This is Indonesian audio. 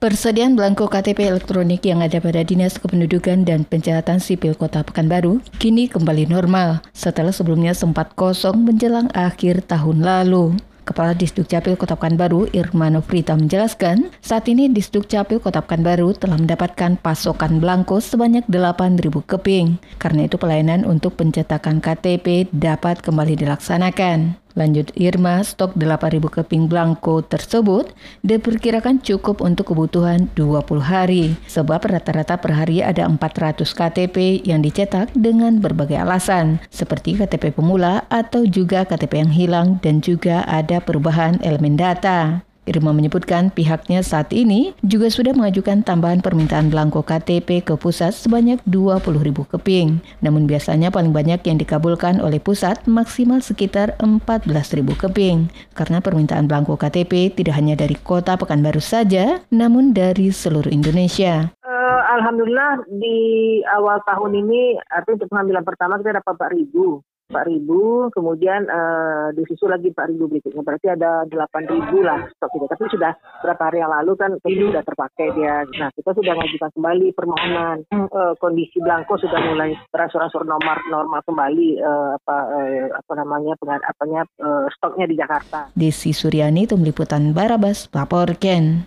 Persediaan belangko KTP elektronik yang ada pada Dinas Kependudukan dan Pencatatan Sipil Kota Pekanbaru kini kembali normal setelah sebelumnya sempat kosong menjelang akhir tahun lalu. Kepala Disdukcapil Kota Pekanbaru, Irma Nofrita menjelaskan, saat ini Disdukcapil Kota Pekanbaru telah mendapatkan pasokan belangko sebanyak 8.000 keping. Karena itu pelayanan untuk pencetakan KTP dapat kembali dilaksanakan. Lanjut Irma, stok 8.000 keping belangko tersebut diperkirakan cukup untuk kebutuhan 20 hari. Sebab rata-rata per hari ada 400 KTP yang dicetak dengan berbagai alasan, seperti KTP pemula atau juga KTP yang hilang dan juga ada perubahan elemen data. Irma menyebutkan pihaknya saat ini juga sudah mengajukan tambahan permintaan belangko KTP ke pusat sebanyak 20.000 keping. Namun biasanya paling banyak yang dikabulkan oleh pusat maksimal sekitar 14.000 keping. Karena permintaan belangko KTP tidak hanya dari Kota Pekanbaru saja, namun dari seluruh Indonesia. Alhamdulillah di awal tahun ini, artinya untuk pengambilan pertama kita dapat 4.000, kemudian disusul lagi 4.000 berikutnya. Berarti ada 8.000 lah stok kita. Tapi sudah berapa hari yang lalu kan itu sudah terpakai dia. Nah, kita sudah mengajukan kembali permohonan. Kondisi belangko sudah mulai berangsur-angsur normal kembali stoknya di Jakarta. Desi Suryani, Tim Liputan Barabas, laporkan.